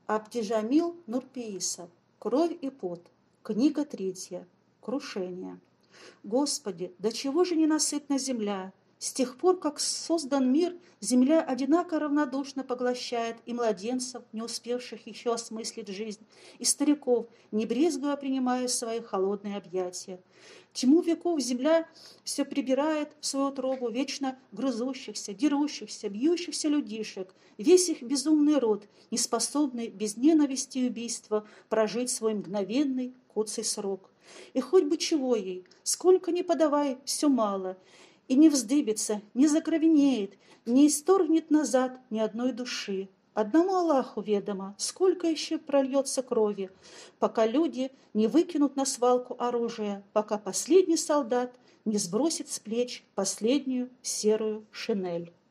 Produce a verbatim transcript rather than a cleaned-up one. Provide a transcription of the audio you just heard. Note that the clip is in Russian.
Абдижамил Нурпеисов. Кровь и пот. Книга третья. Крушение. Господи, до чего же ненасытна земля? С тех пор, как создан мир, земля одинаково равнодушно поглощает и младенцев, не успевших еще осмыслить жизнь, и стариков, не брезгуя принимая свои холодные объятия. Тьму веков земля все прибирает в свою утробу вечно грызущихся, дерущихся, бьющихся людишек, весь их безумный род, не способный без ненависти и убийства прожить свой мгновенный куцый срок. И хоть бы чего ей, сколько ни подавай, все мало, и не вздыбится, не закровенеет, не исторгнет назад ни одной души. Одному Аллаху ведомо, сколько еще прольется крови, пока люди не выкинут на свалку оружие, пока последний солдат не сбросит с плеч последнюю серую шинель.